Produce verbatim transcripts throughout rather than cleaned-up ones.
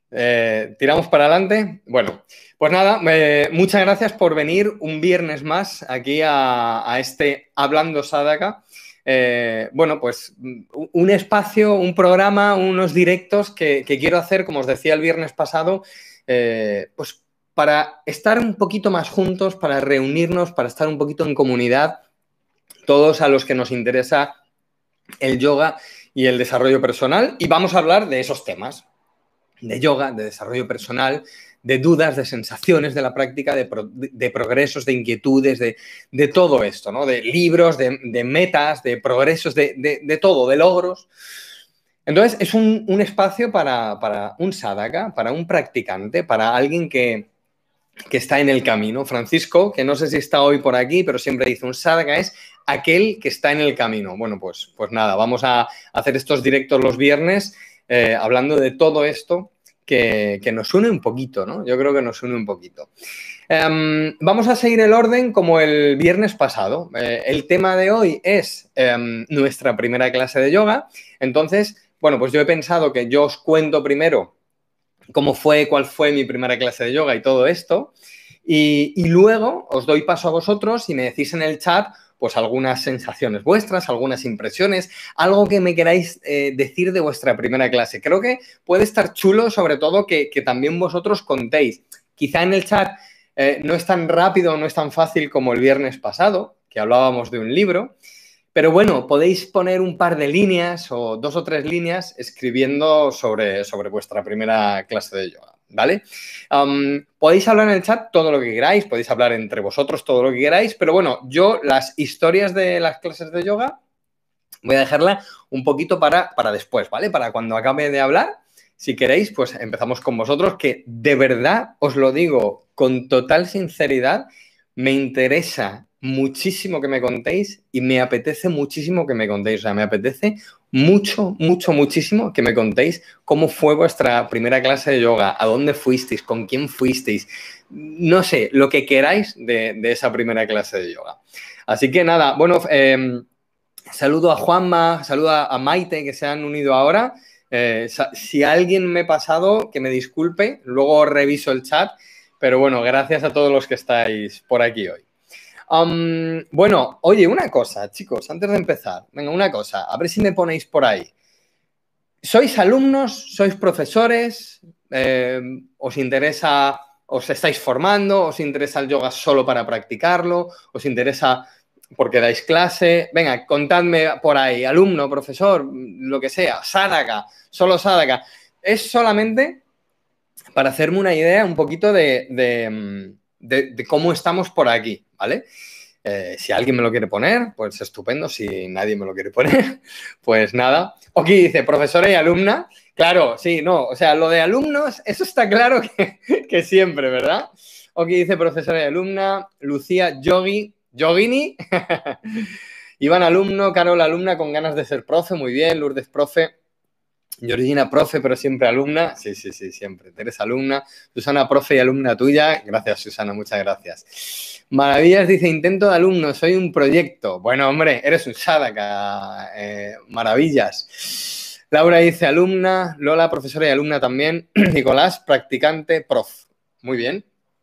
Eh, ¿tiramos para adelante? Bueno, pues nada, eh, muchas gracias por venir un viernes más aquí a, a este Hablando Sadaka. Eh, bueno, pues un espacio, un programa, unos directos que, que quiero hacer, como os decía el viernes pasado, eh, pues para estar un poquito más juntos, para reunirnos, para estar un poquito en comunidad, todos a los que nos interesa el yoga y el desarrollo personal, y vamos a hablar de esos temas, de yoga, de desarrollo personal, de dudas, de sensaciones de la práctica, de, pro, de progresos, de inquietudes, de, de, todo esto, ¿no? De libros, de, de metas, de progresos, de, de, de todo, de logros. Entonces, es un, un espacio para, para un sadhaka, para un practicante, para alguien que, que está en el camino. Francisco, que no sé si está hoy por aquí, pero siempre dice un sadhaka es aquel que está en el camino. Bueno, pues, pues nada, vamos a hacer estos directos los viernes eh, hablando de todo esto que, que nos une un poquito, ¿no? Yo creo que nos une un poquito. Um, vamos a seguir el orden como el viernes pasado. Eh, el tema de hoy es um, nuestra primera clase de yoga. Entonces, bueno, pues yo he pensado que yo os cuento primero cómo fue, cuál fue mi primera clase de yoga y todo esto. Y, y luego os doy paso a vosotros y me decís en el chat pues algunas sensaciones vuestras, algunas impresiones, algo que me queráis eh, decir de vuestra primera clase. Creo que puede estar chulo, sobre todo, que, que también vosotros contéis. Quizá en el chat eh, no es tan rápido, no es tan fácil como el viernes pasado, que hablábamos de un libro, pero bueno, podéis poner un par de líneas o dos o tres líneas escribiendo sobre, sobre vuestra primera clase de yoga, ¿vale? Um, podéis hablar en el chat todo lo que queráis, podéis hablar entre vosotros todo lo que queráis, pero bueno, yo las historias de las clases de yoga voy a dejarla un poquito para, para después, ¿vale? Para cuando acabe de hablar, si queréis, pues empezamos con vosotros, que de verdad os lo digo con total sinceridad, me interesa muchísimo que me contéis y me apetece muchísimo que me contéis. O sea, me apetece mucho, mucho, muchísimo que me contéis cómo fue vuestra primera clase de yoga, a dónde fuisteis, con quién fuisteis, no sé, lo que queráis de, de esa primera clase de yoga. Así que nada, bueno, eh, saludo a Juanma, saludo a Maite, que se han unido ahora. Eh, si alguien me he pasado, que me disculpe, luego reviso el chat. Pero bueno, gracias a todos los que estáis por aquí hoy. Um, bueno, oye, una cosa, chicos, antes de empezar. Venga, una cosa, a ver si me ponéis por ahí. ¿Sois alumnos? ¿Sois profesores? Eh, ¿Os interesa, os estáis formando? ¿Os interesa el yoga solo para practicarlo? ¿Os interesa porque dais clase? Venga, contadme por ahí, alumno, profesor, lo que sea, sadhaka, solo sadhaka. Es solamente para hacerme una idea un poquito de, de, de, de cómo estamos por aquí, ¿vale? Eh, si alguien me lo quiere poner, pues estupendo. Si nadie me lo quiere poner, pues nada. Aquí dice profesora y alumna. Claro, sí, no. O sea, lo de alumnos, eso está claro que, que siempre, ¿verdad? Aquí dice profesora y alumna. Lucía Yogi, Yogini. Iván alumno, Carol alumna con ganas de ser profe. Muy bien, Lourdes profe. Georgina, profe, pero siempre alumna. Sí, sí, sí, siempre. Teresa, alumna. Susana, profe y alumna tuya. Gracias, Susana, muchas gracias. Maravillas dice, intento de alumno, soy un proyecto. Bueno, hombre, eres un sadhaka. Eh, maravillas. Laura dice, alumna. Lola, profesora y alumna también. Nicolás, practicante, prof. Muy bien.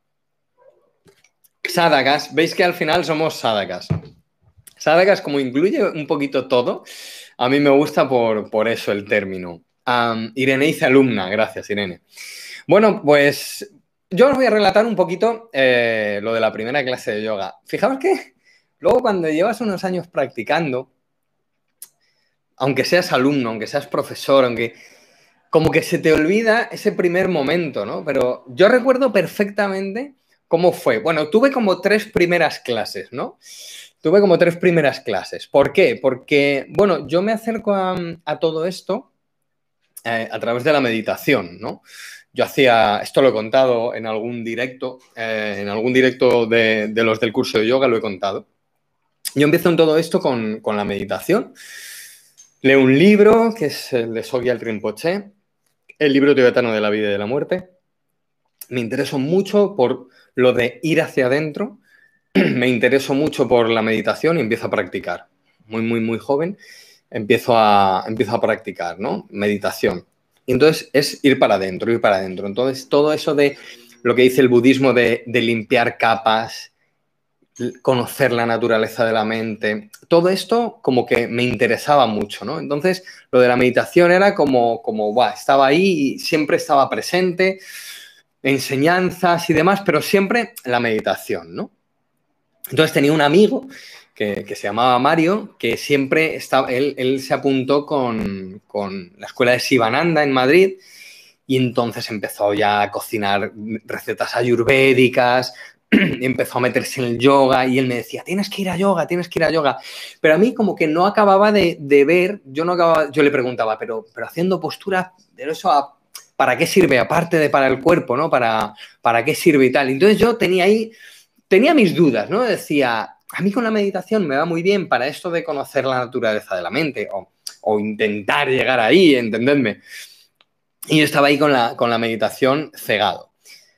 Sadhakas. ¿Veis que al final somos sadhakas? Sadhakas, como incluye un poquito todo, a mí me gusta por, por eso el término. Um, Irene dice alumna. Gracias, Irene. Bueno, pues yo os voy a relatar un poquito eh, lo de la primera clase de yoga. Fijaos que luego cuando llevas unos años practicando, aunque seas alumno, aunque seas profesor, aunque como que se te olvida ese primer momento, ¿no? Pero yo recuerdo perfectamente cómo fue. Bueno, tuve como tres primeras clases, ¿no? Tuve como tres primeras clases. ¿Por qué? Porque, bueno, yo me acerco a, a todo esto eh, a través de la meditación, ¿no? Yo hacía, esto lo he contado en algún directo, eh, en algún directo de, de los del curso de yoga lo he contado. Yo empiezo en todo esto con, con la meditación. Leo un libro, que es el de Sogyal Rinpoche, el libro tibetano de la vida y de la muerte. Me intereso mucho por lo de ir hacia adentro. Me intereso mucho por la meditación y empiezo a practicar. Muy, muy, muy joven empiezo a, empiezo a practicar, ¿no? Meditación. Y entonces es ir para adentro, ir para adentro. Entonces todo eso de lo que dice el budismo de, de limpiar capas, conocer la naturaleza de la mente, todo esto como que me interesaba mucho, ¿no? Entonces lo de la meditación era como, como buah, estaba ahí y siempre estaba presente, enseñanzas y demás, pero siempre la meditación, ¿no? Entonces tenía un amigo que, que se llamaba Mario, que siempre estaba, él, él se apuntó con, con la escuela de Sivananda en Madrid y entonces empezó ya a cocinar recetas ayurvédicas, empezó a meterse en el yoga y él me decía, tienes que ir a yoga, tienes que ir a yoga. Pero a mí como que no acababa de, de ver, yo no acababa, yo le preguntaba, pero, pero haciendo posturas, ¿pero eso a, para qué sirve? Aparte de para el cuerpo, ¿no? ¿Para, para qué sirve y tal? Entonces yo tenía ahí, tenía mis dudas, ¿no? Decía, a mí con la meditación me va muy bien para esto de conocer la naturaleza de la mente o, o intentar llegar ahí, entendedme. Y yo estaba ahí con la, con la meditación cegado.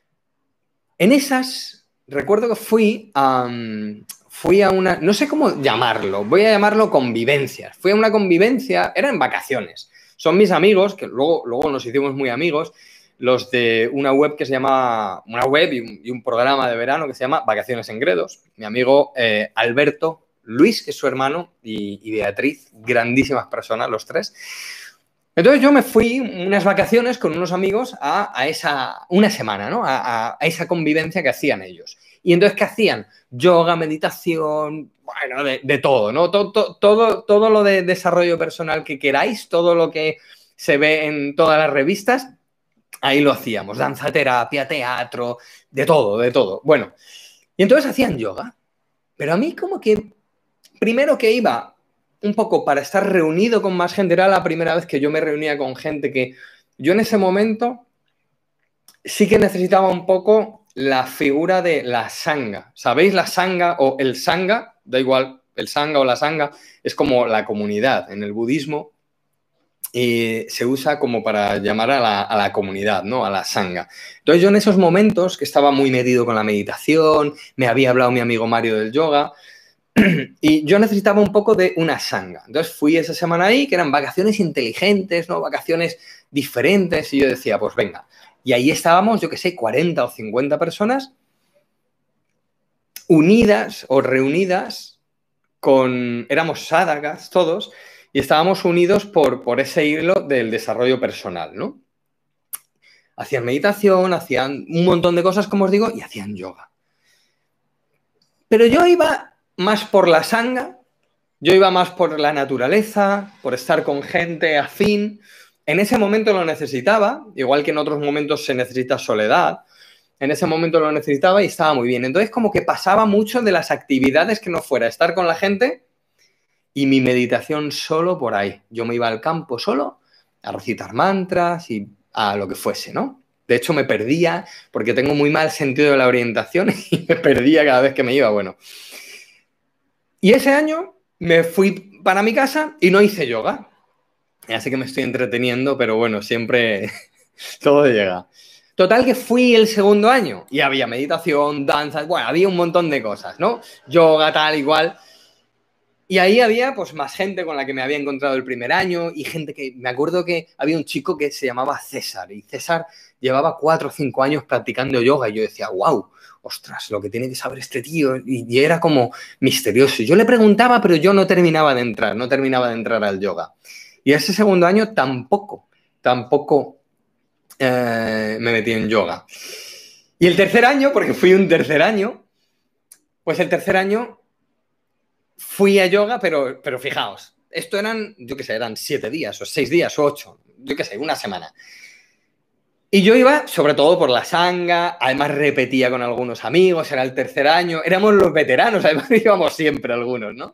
En esas, recuerdo que fui a, um, fui a una, no sé cómo llamarlo, voy a llamarlo convivencias. Fui a una convivencia, era en vacaciones. Son mis amigos, que luego, luego nos hicimos muy amigos, los de una web que se llama, una web y un, y un programa de verano que se llama Vacaciones en Gredos. Mi amigo eh, Alberto, Luis, que es su hermano, y, y Beatriz, grandísimas personas los tres. Entonces yo me fui unas vacaciones con unos amigos a, a esa, una semana, ¿no? A, a, a esa convivencia que hacían ellos. Y entonces, ¿qué hacían? Yoga, meditación, bueno, de, de todo, ¿no? Todo, todo, todo, todo lo de desarrollo personal que queráis, todo lo que se ve en todas las revistas, ahí lo hacíamos. Danza, terapia, teatro, de todo, de todo. Bueno, y entonces hacían yoga. Pero a mí como que, primero que iba un poco para estar reunido con más gente, era la primera vez que yo me reunía con gente que yo en ese momento sí que necesitaba un poco la figura de la sangha. ¿Sabéis la sangha o el sangha? Da igual, el sangha o la sangha es como la comunidad en el budismo y se usa como para llamar a la, a la comunidad, ¿no? A la sangha. Entonces yo en esos momentos que estaba muy metido con la meditación, me había hablado mi amigo Mario del yoga, y yo necesitaba un poco de una sangha. Entonces fui esa semana ahí, que eran vacaciones inteligentes, ¿no? Vacaciones diferentes, y yo decía, pues venga. Y ahí estábamos, yo qué sé, cuarenta o cincuenta personas unidas o reunidas con... Éramos sadhakas todos, y estábamos unidos por, por ese hilo del desarrollo personal, ¿no? Hacían meditación, hacían un montón de cosas, como os digo, y hacían yoga. Pero yo iba más por la sangha, yo iba más por la naturaleza, por estar con gente afín. En ese momento lo necesitaba, igual que en otros momentos se necesita soledad. En ese momento lo necesitaba y estaba muy bien. Entonces como que pasaba mucho de las actividades que no fuera estar con la gente y mi meditación solo por ahí. Yo me iba al campo solo a recitar mantras y a lo que fuese, ¿no? De hecho me perdía porque tengo muy mal sentido de la orientación y me perdía cada vez que me iba. Bueno, y ese año me fui para mi casa y no hice yoga. Ya sé que me estoy entreteniendo, pero bueno, siempre todo llega. Total que fui el segundo año y había meditación, danza, bueno, había un montón de cosas, ¿no? Yoga, tal, igual. Y ahí había pues más gente con la que me había encontrado el primer año y gente que, me acuerdo que había un chico que se llamaba César y César llevaba cuatro o cinco años practicando yoga y yo decía, wow, ostras, lo que tiene que saber este tío. Y, y era como misterioso. Yo le preguntaba, pero yo no terminaba de entrar, no terminaba de entrar al yoga. Y ese segundo año tampoco, tampoco eh, me metí en yoga. Y el tercer año, porque fui un tercer año, pues el tercer año fui a yoga, pero, pero fijaos, esto eran, yo qué sé, eran siete días o seis días o ocho, yo qué sé, una semana. Y yo iba sobre todo por la sangha, además repetía con algunos amigos, era el tercer año, éramos los veteranos, además íbamos siempre algunos, ¿no?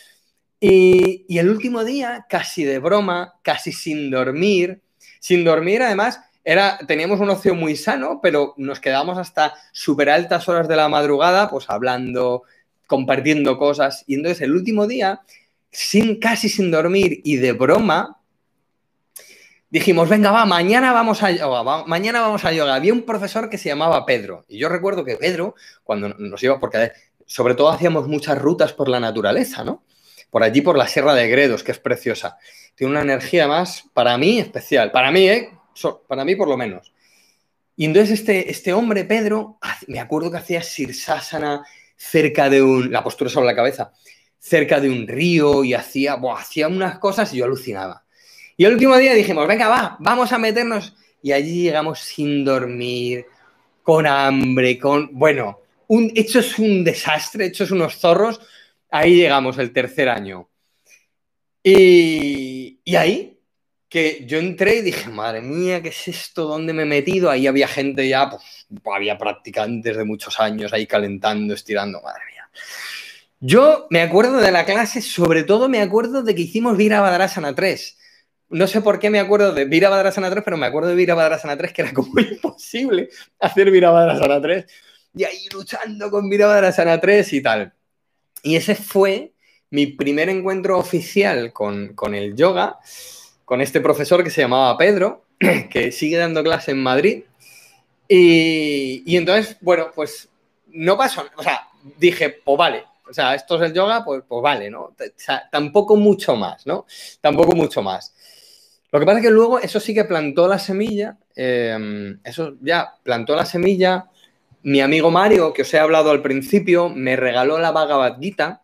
Y, y el último día, casi de broma, casi sin dormir, sin dormir además, era, teníamos un ocio muy sano, pero nos quedábamos hasta súper altas horas de la madrugada, pues hablando, compartiendo cosas. Y entonces el último día, sin, casi sin dormir y de broma, dijimos, venga, va, mañana vamos a yoga, va, mañana vamos a yoga. Había un profesor que se llamaba Pedro. Y yo recuerdo que Pedro, cuando nos iba, porque sobre todo hacíamos muchas rutas por la naturaleza, ¿no? Por allí, por la Sierra de Gredos, que es preciosa. Tiene una energía más, para mí, especial. Para mí, ¿eh? So, para mí, por lo menos. Y entonces este, este hombre, Pedro, me acuerdo que hacía Sirsasana cerca de un... la postura sobre la cabeza, cerca de un río y hacía, buah, hacía unas cosas y yo alucinaba. Y el último día dijimos, venga, va, vamos a meternos. Y allí llegamos sin dormir, con hambre, con... Bueno, un, hecho es un desastre, hechos unos zorros. Ahí llegamos el tercer año. Y, y ahí... que yo entré y dije, madre mía, ¿qué es esto? ¿Dónde me he metido? Ahí había gente ya, pues, había practicantes de muchos años ahí calentando, estirando, madre mía. Yo me acuerdo de la clase, sobre todo me acuerdo de que hicimos Virabhadrasana tres. No sé por qué me acuerdo de Virabhadrasana tres, pero me acuerdo de Virabhadrasana tres, que era como imposible hacer Virabhadrasana tres. Y ahí luchando con Virabhadrasana tres y tal. Y ese fue mi primer encuentro oficial con, con el yoga, con este profesor que se llamaba Pedro, que sigue dando clase en Madrid. Y, y entonces, bueno, pues no pasó. O sea, dije, pues vale. O sea, esto es el yoga, pues, pues vale, ¿no? O sea, tampoco mucho más, ¿no? Tampoco mucho más. Lo que pasa es que luego eso sí que plantó la semilla. Eh, eso ya plantó la semilla. Mi amigo Mario, que os he hablado al principio, me regaló la Bhagavad Gita.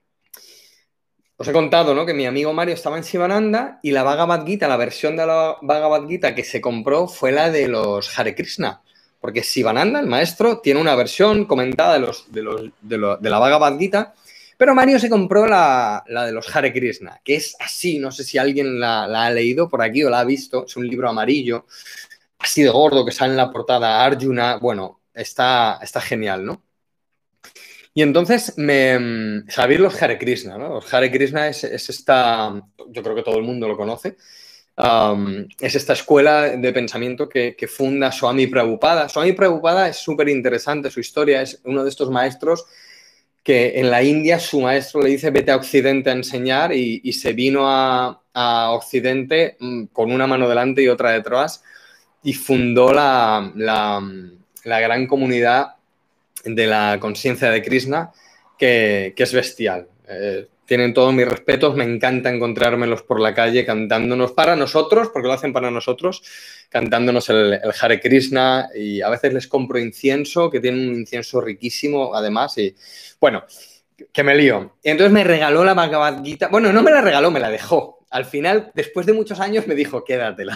Os he contado, ¿no?, que mi amigo Mario estaba en Sivananda y la Bhagavad Gita, la versión de la Bhagavad Gita que se compró fue la de los Hare Krishna. Porque Sivananda, el maestro, tiene una versión comentada de, los, de, los, de, lo, de la Bhagavad Gita, pero Mario se compró la, la de los Hare Krishna, que es así, no sé si alguien la, la ha leído por aquí o la ha visto, es un libro amarillo, así de gordo, que sale en la portada Arjuna. Bueno, está, está genial, ¿no? Y entonces, me, sabéis los Hare Krishna, ¿no? Los Hare Krishna es, es esta, yo creo que todo el mundo lo conoce, um, es esta escuela de pensamiento que, que funda Swami Prabhupada. Swami Prabhupada es súper interesante, su historia, es uno de estos maestros que en la India su maestro le dice vete a Occidente a enseñar y, y se vino a, a Occidente con una mano delante y otra detrás y fundó la, la, la gran comunidad de la conciencia de Krishna, que, que es bestial. Eh, tienen todos mis respetos, me encanta encontrármelos por la calle cantándonos para nosotros, porque lo hacen para nosotros, cantándonos el, el Hare Krishna, y a veces les compro incienso, que tienen un incienso riquísimo además, y bueno, que me lío. Y entonces me regaló la Bhagavad Gita, bueno, no me la regaló, me la dejó. Al final, después de muchos años, me dijo, quédatela.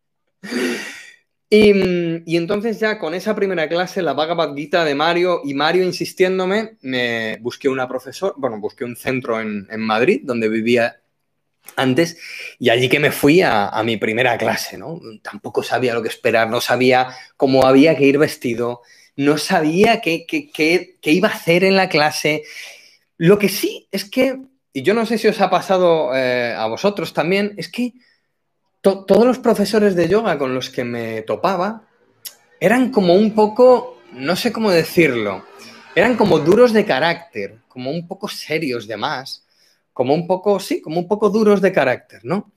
Y, y entonces ya con esa primera clase, la Bhagavad Gita de Mario, y Mario insistiéndome, me busqué una profesora, bueno, busqué un centro en, en Madrid, donde vivía antes, y allí que me fui a, a mi primera clase, ¿no? Tampoco sabía lo que esperar, no sabía cómo había que ir vestido, no sabía qué, qué, qué, qué iba a hacer en la clase. Lo que sí es que, y yo no sé si os ha pasado eh, a vosotros también, es que To- todos los profesores de yoga con los que me topaba eran como un poco, no sé cómo decirlo, eran como duros de carácter, como un poco serios de más, como un poco, sí, como un poco duros de carácter, ¿no?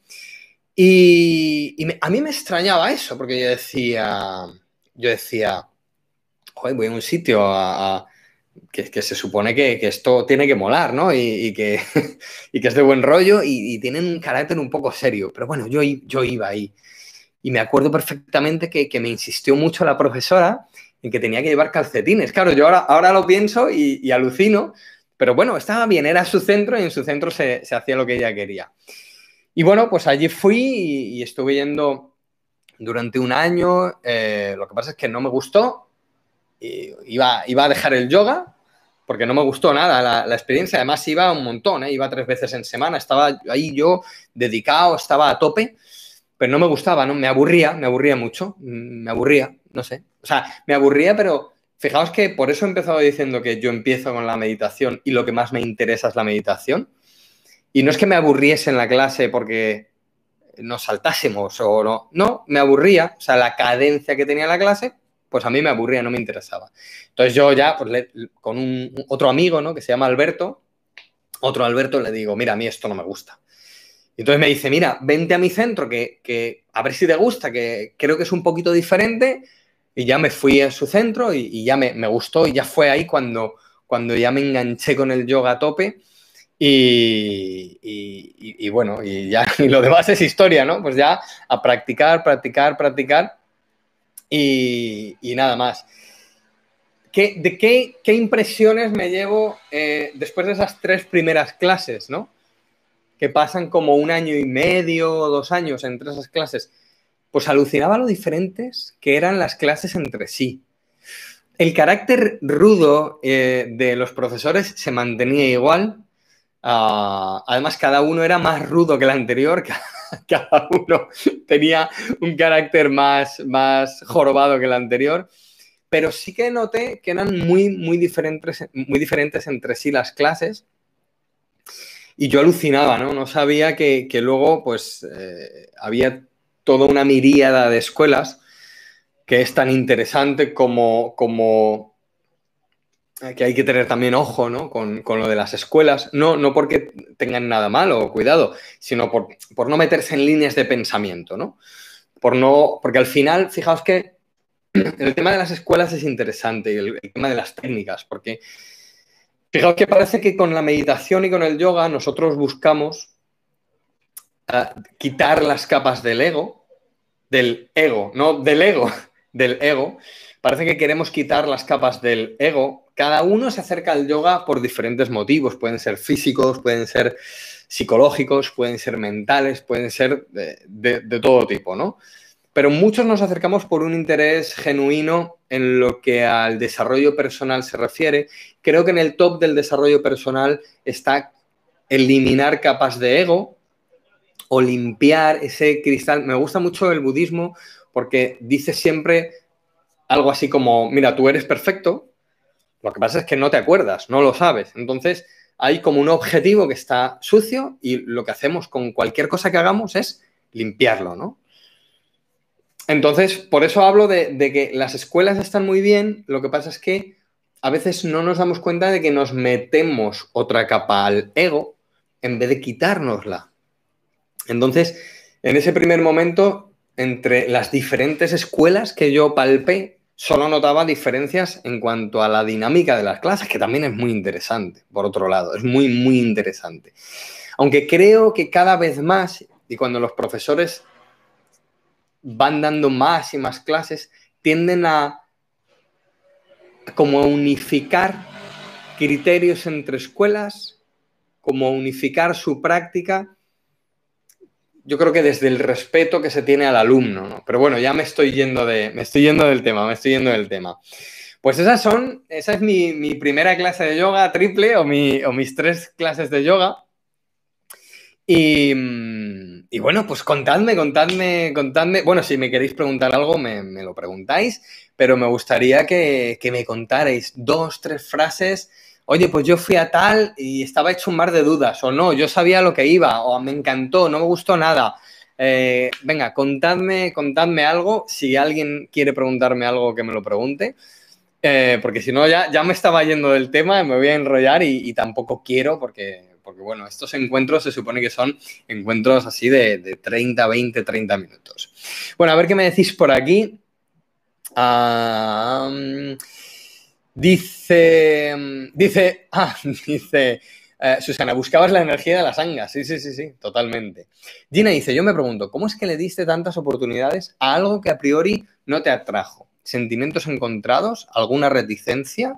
Y, y me, a mí me extrañaba eso, porque yo decía, yo decía, joder, voy a un sitio a, a que, que se supone que, que esto tiene que molar, ¿no? Y, y, que, y que es de buen rollo y, y tienen un carácter un poco serio. Pero bueno, yo, yo iba ahí. Y me acuerdo perfectamente que, que me insistió mucho la profesora en que tenía que llevar calcetines. Claro, yo ahora, ahora lo pienso y, y alucino, pero bueno, estaba bien, era su centro y en su centro se, se hacía lo que ella quería. Y bueno, pues allí fui y, y estuve yendo durante un año. Eh, lo que pasa es que no me gustó. Iba, iba a dejar el yoga porque no me gustó nada la, la experiencia. Además, iba un montón, ¿eh? Iba tres veces en semana. Estaba ahí yo dedicado, estaba a tope, pero no me gustaba, ¿no? Me aburría, me aburría mucho. Me aburría, no sé. O sea, me aburría, pero fijaos que por eso he empezado diciendo que yo empiezo con la meditación y lo que más me interesa es la meditación. Y no es que me aburriese en la clase porque nos saltásemos o no. No, me aburría. O sea, la cadencia que tenía la clase, pues a mí me aburría, no me interesaba. Entonces yo ya, pues le, con un, otro amigo, ¿no?, que se llama Alberto, otro Alberto, le digo, mira, a mí esto no me gusta. Y entonces me dice, mira, vente a mi centro, que, que a ver si te gusta, que creo que es un poquito diferente. Y ya me fui a su centro y, y ya me, me gustó, y ya fue ahí cuando, cuando ya me enganché con el yoga a tope. Y, y, y, y bueno, y ya y lo demás es historia, ¿no? Pues ya a practicar, practicar, practicar y, y nada más. ¿Qué, ¿De qué, qué impresiones me llevo eh, después de esas tres primeras clases, ¿no? Que pasan como un año y medio o dos años entre esas clases. Pues alucinaba lo diferentes que eran las clases entre sí. El carácter rudo eh, de los profesores se mantenía igual. Uh, además, cada uno era más rudo que el anterior. Cada uno tenía un carácter más, más jorobado que el anterior. Pero sí que noté que eran muy, muy diferentes, muy diferentes entre sí las clases. Y yo alucinaba, ¿no? No sabía que, que luego, pues, eh, había toda una miríada de escuelas que es tan interesante como, como que hay que tener también ojo, ¿no? Con, con lo de las escuelas. No, no porque tengan nada malo, cuidado, sino por, por no meterse en líneas de pensamiento, ¿no? Por no, porque al final, fijaos que el tema de las escuelas es interesante, el, el tema de las técnicas, porque fijaos que parece que con la meditación y con el yoga nosotros buscamos uh, quitar las capas del ego, del ego, no del ego, del ego. Parece que queremos quitar las capas del ego. Cada uno se acerca al yoga por diferentes motivos. Pueden ser físicos, pueden ser psicológicos, pueden ser mentales, pueden ser de, de, de todo tipo, ¿no? Pero muchos nos acercamos por un interés genuino en lo que al desarrollo personal se refiere. Creo que en el top del desarrollo personal está eliminar capas de ego o limpiar ese cristal. Me gusta mucho el budismo porque dice siempre algo así como, mira, tú eres perfecto, lo que pasa es que no te acuerdas, no lo sabes. Entonces, hay como un objetivo que está sucio y lo que hacemos con cualquier cosa que hagamos es limpiarlo, ¿no? Entonces, por eso hablo de, de que las escuelas están muy bien, lo que pasa es que a veces no nos damos cuenta de que nos metemos otra capa al ego en vez de quitárnosla. Entonces, en ese primer momento, entre las diferentes escuelas que yo palpé, solo notaba diferencias en cuanto a la dinámica de las clases, que también es muy interesante, por otro lado, es muy, muy interesante. Aunque creo que cada vez más, y cuando los profesores van dando más y más clases, tienden a como a unificar criterios entre escuelas, como a unificar su práctica. Yo creo que desde el respeto que se tiene al alumno, ¿no? Pero bueno, ya me estoy yendo de, me estoy yendo del tema, me estoy yendo del tema. Pues esas son, esa es mi, mi primera clase de yoga triple o, mi, o mis tres clases de yoga. Y, y bueno, pues contadme, contadme, contadme. Bueno, si me queréis preguntar algo, me, me lo preguntáis, pero me gustaría que, que me contarais dos, tres frases. Oye, pues yo fui a tal y estaba hecho un mar de dudas, o no, yo sabía lo que iba, o me encantó, no me gustó nada. Eh, venga, contadme, contadme algo. Si alguien quiere preguntarme algo, que me lo pregunte. Eh, porque si no, ya, ya me estaba yendo del tema, me voy a enrollar y, y tampoco quiero, porque, porque, bueno, estos encuentros se supone que son encuentros así de, de treinta, veinte, treinta minutos. Bueno, a ver qué me decís por aquí. Um, dice, dice, ah, dice... Uh, Susana, buscabas la energía de las angas. Sí, sí, sí, sí, totalmente. Gina dice, yo me pregunto, ¿cómo es que le diste tantas oportunidades a algo que a priori no te atrajo? ¿Sentimientos encontrados? ¿Alguna reticencia?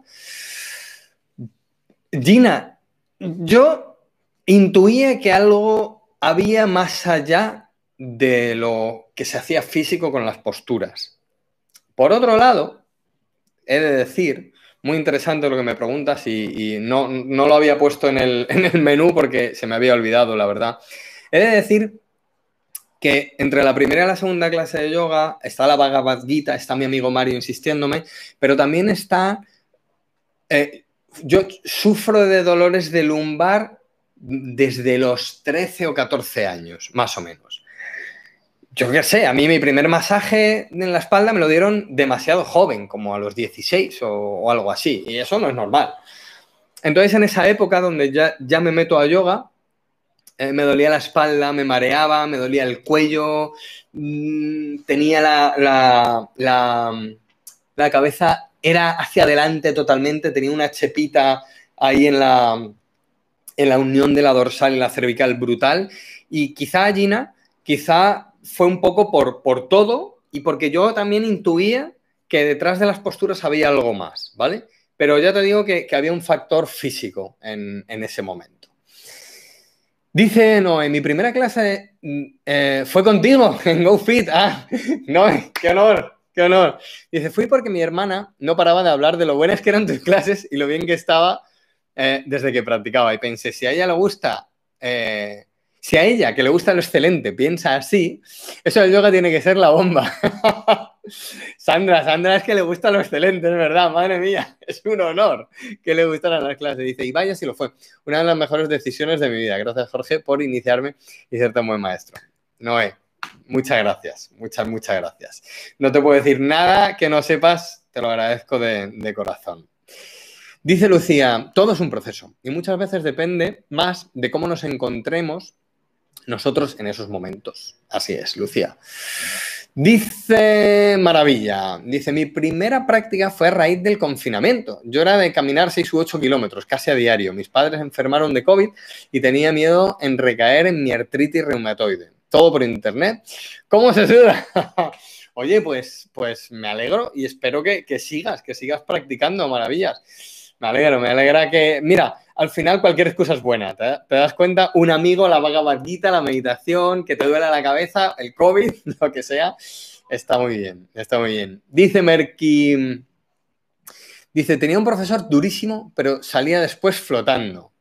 Gina, yo intuía que algo había más allá de lo que se hacía físico con las posturas. Por otro lado, he de decir, muy interesante lo que me preguntas y, y no, no lo había puesto en el, en el menú porque se me había olvidado, la verdad. He de decir que entre la primera y la segunda clase de yoga está la Bhagavad Gita, está mi amigo Mario insistiéndome, pero también está... Eh, yo sufro de dolores de lumbar desde los trece o catorce años, más o menos. Yo qué sé, a mí mi primer masaje en la espalda me lo dieron demasiado joven, como a los dieciséis o, o algo así, y eso no es normal. Entonces, en esa época donde ya, ya me meto a yoga, eh, me dolía la espalda, me mareaba, me dolía el cuello, mmm, tenía la, la, la, la cabeza, era hacia adelante totalmente, tenía una chepita ahí en la, en la unión de la dorsal y la cervical brutal. Y quizá, Gina, quizá fue un poco por, por todo y porque yo también intuía que detrás de las posturas había algo más, ¿vale? Pero ya te digo que, que había un factor físico en, en ese momento. Dice Noé, mi primera clase eh, fue contigo en GoFit. Ah, Noé, qué honor, qué honor. Dice, fui porque mi hermana no paraba de hablar de lo buenas que eran tus clases y lo bien que estaba eh, desde que practicaba. Y pensé, si a ella le gusta, eh, si a ella que le gusta lo excelente piensa así, eso del yoga tiene que ser la bomba. Sandra, Sandra es que le gusta lo excelente, es verdad, madre mía, es un honor que le gustaran las clases. Dice, y vaya si lo fue, una de las mejores decisiones de mi vida. Gracias, Jorge, por iniciarme y ser tan buen maestro. Noé, muchas gracias, muchas, muchas gracias. No te puedo decir nada que no sepas, te lo agradezco de, de corazón. Dice Lucía, todo es un proceso y muchas veces depende más de cómo nos encontremos nosotros en esos momentos. Así es, Lucía. Dice Maravilla, dice, mi primera práctica fue a raíz del confinamiento. Yo era de caminar seis u ocho kilómetros, casi a diario. Mis padres enfermaron de COVID y tenía miedo en recaer en mi artritis reumatoide. Todo por internet. ¿Cómo se suda? Oye, pues, pues me alegro y espero que, que sigas, que sigas practicando maravillas. Me alegro, me alegra que... Mira, al final cualquier excusa es buena. ¿Te, te das cuenta? Un amigo, la vaga vaquita, la meditación, que te duele la cabeza, el COVID, lo que sea. Está muy bien, está muy bien. Dice Merky... Dice, tenía un profesor durísimo, pero salía después flotando.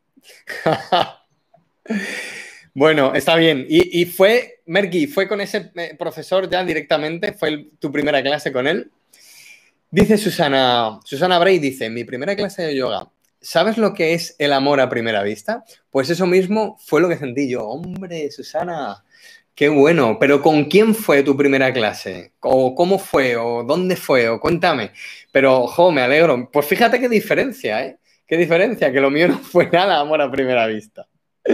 Bueno, está bien. Y, y fue, Merky, ¿fue con ese profesor ya directamente? ¿Fue el, tu primera clase con él? Dice Susana, Susana Bray dice, mi primera clase de yoga, ¿sabes lo que es el amor a primera vista? Pues eso mismo fue lo que sentí yo. Hombre, Susana, qué bueno. Pero ¿con quién fue tu primera clase? ¿O cómo fue? ¿O dónde fue? ¿O cuéntame? Pero, jo, me alegro. Pues fíjate qué diferencia, ¿eh? Qué diferencia, que lo mío no fue nada amor a primera vista.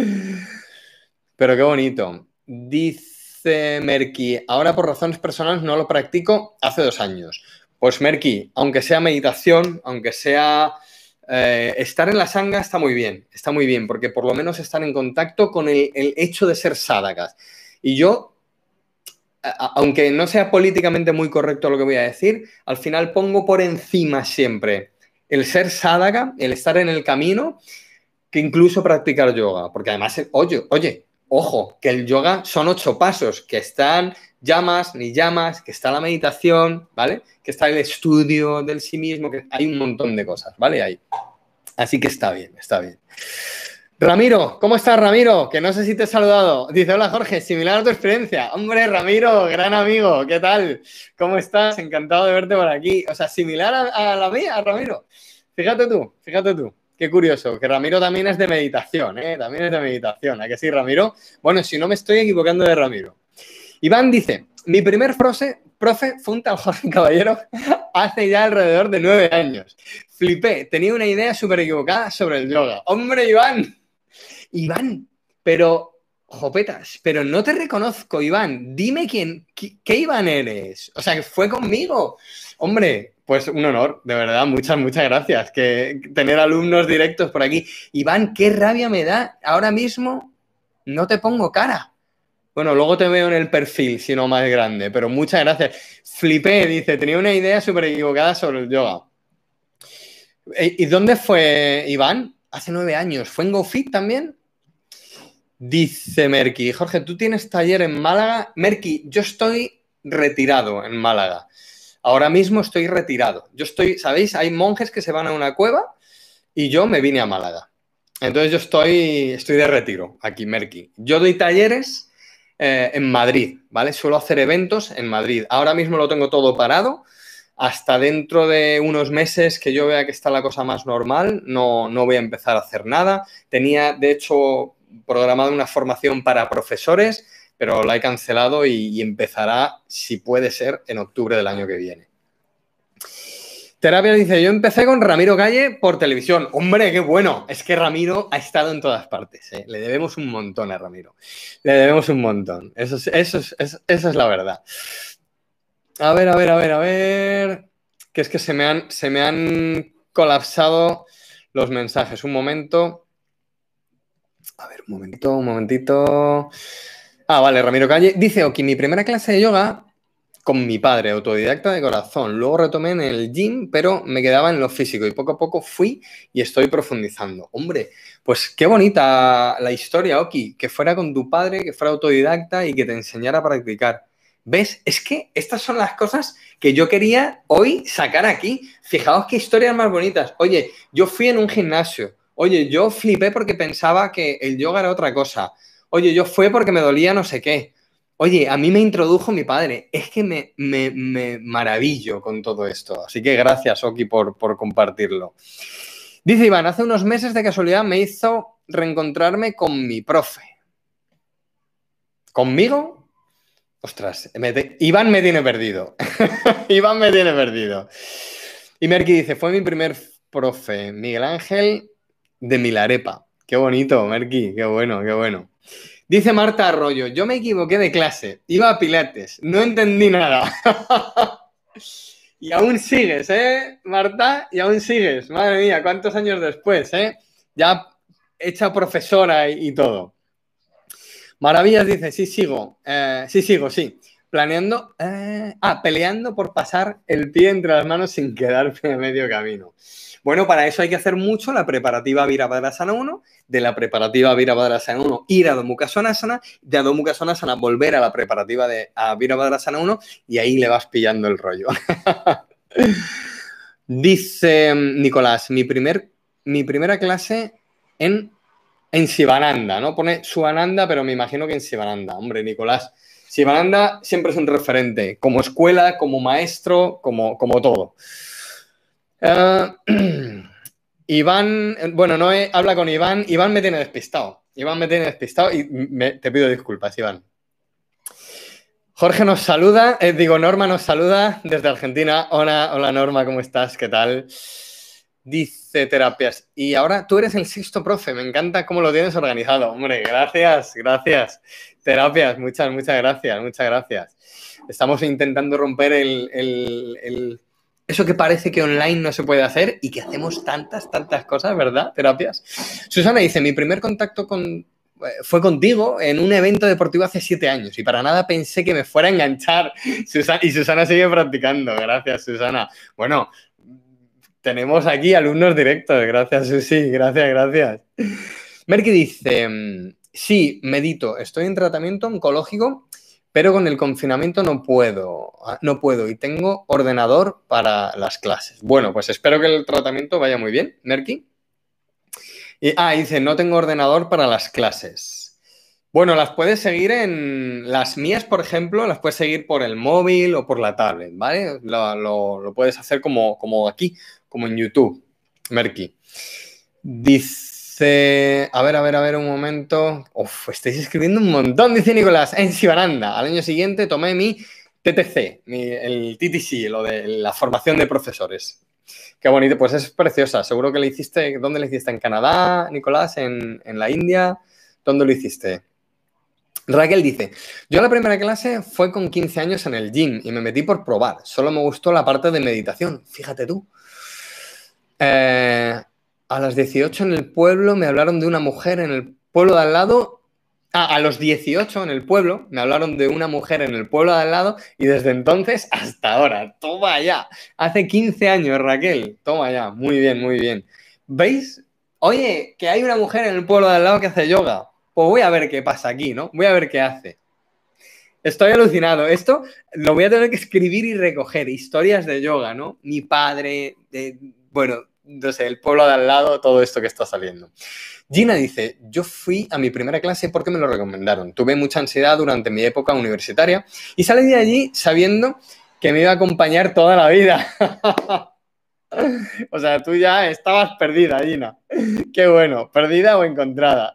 Pero qué bonito. Dice Merky, ahora por razones personales no lo practico hace dos años. Pues Merky, aunque sea meditación, aunque sea eh, estar en la sangha, está muy bien, está muy bien, porque por lo menos están en contacto con el, el hecho de ser sadhakas. Y yo, a, aunque no sea políticamente muy correcto lo que voy a decir, al final pongo por encima siempre el ser sadhaka, el estar en el camino, que incluso practicar yoga. Porque además, oye, oye, ojo, que el yoga son ocho pasos, que están llamas, ni llamas, que está la meditación, ¿vale? Que está el estudio del sí mismo, que hay un montón de cosas, ¿vale? Ahí. Así que está bien, está bien. Ramiro, ¿cómo estás, Ramiro? Que no sé si te he saludado. Dice, hola, Jorge, similar a tu experiencia. Hombre, Ramiro, gran amigo, ¿qué tal? ¿Cómo estás? Encantado de verte por aquí. O sea, similar a, a la mía, Ramiro. Fíjate tú, fíjate tú. Qué curioso, que Ramiro también es de meditación, ¿eh? También es de meditación. ¿A que sí, Ramiro? Bueno, si no me estoy equivocando de Ramiro. Iván dice, mi primer profe, profe fue un tal Jorge Caballero hace ya alrededor de nueve años. Flipé, tenía una idea súper equivocada sobre el yoga. ¡Hombre, Iván! Iván, pero... Jopetas, pero no te reconozco, Iván. Dime quién, qué, qué Iván eres. O sea, que fue conmigo. Hombre, pues un honor, de verdad. Muchas, muchas gracias. Que tener alumnos directos por aquí. Iván, qué rabia me da. Ahora mismo no te pongo cara. Bueno, luego te veo en el perfil, si no más grande. Pero muchas gracias. Flipé, dice, tenía una idea súper equivocada sobre el yoga. ¿Y dónde fue Iván? Hace nueve años. ¿Fue en GoFit también? Dice Merky, Jorge, ¿tú tienes taller en Málaga? Merky, yo estoy retirado en Málaga. Ahora mismo estoy retirado. Yo estoy, ¿sabéis? Hay monjes que se van a una cueva y yo me vine a Málaga. Entonces yo estoy, estoy de retiro aquí, Merky. Yo doy talleres eh, en Madrid, ¿vale? Suelo hacer eventos en Madrid. Ahora mismo lo tengo todo parado. Hasta dentro de unos meses que yo vea que está la cosa más normal, no, no voy a empezar a hacer nada. Tenía, de hecho, programado una formación para profesores, pero la he cancelado y, y empezará, si puede ser, en octubre del año que viene. Terapia dice, yo empecé con Ramiro Calle por televisión. ¡Hombre, qué bueno! Es que Ramiro ha estado en todas partes, ¿eh? Le debemos un montón a Ramiro. Le debemos un montón. Eso es, eso es, eso, eso es la verdad. A ver, a ver, a ver, a ver... Que es que se me han, se me han colapsado los mensajes. Un momento... A ver, un momentito, un momentito. Ah, vale, Ramiro Calle. Dice Oki, mi primera clase de yoga con mi padre, autodidacta de corazón. Luego retomé en el gym, pero me quedaba en lo físico y poco a poco fui y estoy profundizando. Hombre, pues qué bonita la historia, Oki, que fuera con tu padre, que fuera autodidacta y que te enseñara a practicar. ¿Ves? Es que estas son las cosas que yo quería hoy sacar aquí. Fijaos qué historias más bonitas. Oye, yo fui en un gimnasio. Oye, yo flipé porque pensaba que el yoga era otra cosa. Oye, yo fui porque me dolía no sé qué. Oye, a mí me introdujo mi padre. Es que me, me, me maravillo con todo esto. Así que gracias, Oki, por, por compartirlo. Dice Iván, hace unos meses de casualidad me hizo reencontrarme con mi profe. ¿Conmigo? Ostras, me te... Iván me tiene perdido. Iván me tiene perdido. Y Merky dice, fue mi primer profe, Miguel Ángel de Milarepa. Qué bonito, Merky, qué bueno, qué bueno. Dice Marta Arroyo, yo me equivoqué de clase, iba a Pilates, no entendí nada. Y aún sigues, ¿eh, Marta? Y aún sigues. Madre mía, ¿cuántos años después, eh? Ya hecha profesora y, y todo. Maravillas dice, sí sigo, eh, sí sigo, sí. Planeando, eh, ah, peleando por pasar el pie entre las manos sin quedarme a medio camino. Bueno, para eso hay que hacer mucho la preparativa Virabhadrasana uno, de la preparativa Virabhadrasana uno ir a Adho Mukha Svanasana, de Adho Mukha Svanasana volver a la preparativa de a Virabhadrasana uno y ahí le vas pillando el rollo. Dice Nicolás, mi, primer, mi primera clase en, en Sivananda, ¿no? Pone Suananda, pero me imagino que en Sivananda. Hombre, Nicolás, Sivananda siempre es un referente, como escuela, como maestro, como, como todo. Uh, Iván, bueno, no he, habla con Iván. Iván me tiene despistado. Iván me tiene despistado y me, te pido disculpas, Iván. Jorge nos saluda, eh, digo, Norma nos saluda desde Argentina. Hola, hola Norma, ¿cómo estás? ¿Qué tal? Dice Terapias. Y ahora tú eres el sexto profe, me encanta cómo lo tienes organizado. Hombre, gracias, gracias. Terapias, muchas, muchas gracias, muchas gracias. Estamos intentando romper el, el, el, eso que parece que online no se puede hacer y que hacemos tantas, tantas cosas, ¿verdad? Terapias. Susana dice, mi primer contacto con... fue contigo en un evento deportivo hace siete años y para nada pensé que me fuera a enganchar. Susana, y Susana sigue practicando. Gracias, Susana. Bueno, tenemos aquí alumnos directos. Gracias, Susi. Gracias, gracias. Merky dice, sí, medito. Estoy en tratamiento oncológico, pero con el confinamiento no puedo. No puedo y tengo ordenador para las clases. Bueno, pues espero que el tratamiento vaya muy bien, Merky. Y, ah, dice, no tengo ordenador para las clases. Bueno, las puedes seguir en... Las mías, por ejemplo, las puedes seguir por el móvil o por la tablet, ¿vale? Lo, lo, lo puedes hacer como, como aquí, como en YouTube, Merky. Dice... A ver, a ver, a ver, un momento. Uf, estáis escribiendo un montón, dice Nicolás. En Sivananda. Al año siguiente tomé mi T T C, mi, el T T C, lo de la formación de profesores. Qué bonito, pues es preciosa. Seguro que le hiciste, ¿dónde le hiciste? ¿En Canadá, Nicolás? ¿En, en la India? ¿Dónde lo hiciste? Raquel dice, yo la primera clase fue con quince años en el gym y me metí por probar. Solo me gustó la parte de meditación. Fíjate tú. Eh, a las dieciocho en el pueblo me hablaron de una mujer en el pueblo de al lado. Ah, a los dieciocho en el pueblo me hablaron de una mujer en el pueblo de al lado y desde entonces hasta ahora. Toma ya. Hace quince años, Raquel. Toma ya. Muy bien, muy bien. ¿Veis? Oye, que hay una mujer en el pueblo de al lado que hace yoga. Pues voy a ver qué pasa aquí, ¿no? Voy a ver qué hace. Estoy alucinado. Esto lo voy a tener que escribir y recoger. Historias de yoga, ¿no? Mi padre, de, bueno, no sé, el pueblo de al lado, todo esto que está saliendo. Gina dice, yo fui a mi primera clase porque me lo recomendaron. Tuve mucha ansiedad durante mi época universitaria y salí de allí sabiendo que me iba a acompañar toda la vida. O sea, tú ya estabas perdida, Gina. Qué bueno, perdida o encontrada.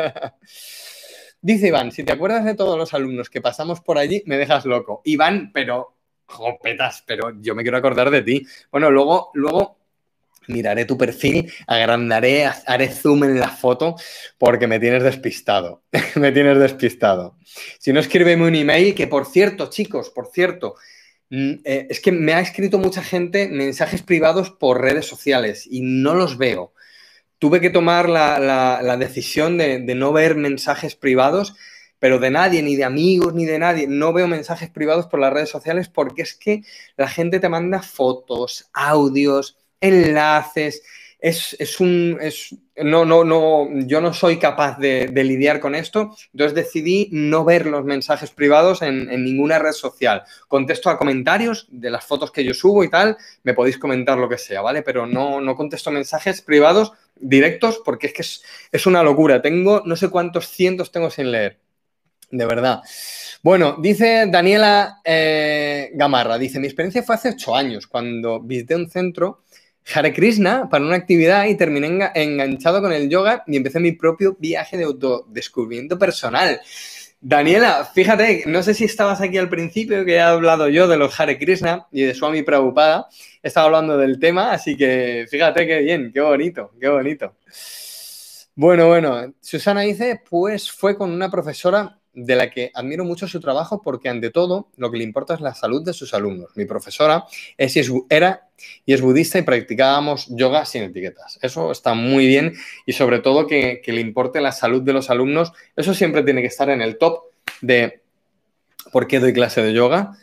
Dice Iván, si te acuerdas de todos los alumnos que pasamos por allí, me dejas loco. Iván, pero, jopetas, pero yo me quiero acordar de ti. Bueno, luego, luego miraré tu perfil, agrandaré, haré zoom en la foto porque me tienes despistado. Me tienes despistado. Si no, escríbeme un email que, por cierto, chicos, por cierto, eh, es que me ha escrito mucha gente mensajes privados por redes sociales y no los veo. tuve que tomar la, la, la decisión de, de no ver mensajes privados, pero de nadie, ni de amigos, ni de nadie. No veo mensajes privados por las redes sociales porque es que la gente te manda fotos, audios, enlaces. Es, es un... Es, no, no, no, yo no soy capaz de, de lidiar con esto, entonces decidí no ver los mensajes privados en, en ninguna red social. Contesto a comentarios de las fotos que yo subo y tal, me podéis comentar lo que sea, ¿vale? Pero no, no contesto mensajes privados directos porque es que es, es una locura. Tengo no sé cuántos cientos tengo sin leer. De verdad. Bueno, dice Daniela eh, Gamarra, dice, mi experiencia fue hace ocho años, cuando visité un centro Hare Krishna para una actividad y terminé enga enganchado con el yoga y empecé mi propio viaje de autodescubrimiento personal. Daniela, fíjate, no sé si estabas aquí al principio, que he hablado yo de los Hare Krishna y de Swami Prabhupada, he estado hablando del tema, así que fíjate qué bien, qué bonito, qué bonito. Bueno, bueno, Susana dice, pues fue con una profesora de la que admiro mucho su trabajo porque, ante todo, lo que le importa es la salud de sus alumnos. Mi profesora es, era y es budista y practicábamos yoga sin etiquetas. Eso está muy bien y, sobre todo, que, que le importe la salud de los alumnos. Eso siempre tiene que estar en el top de por qué doy clase de yoga,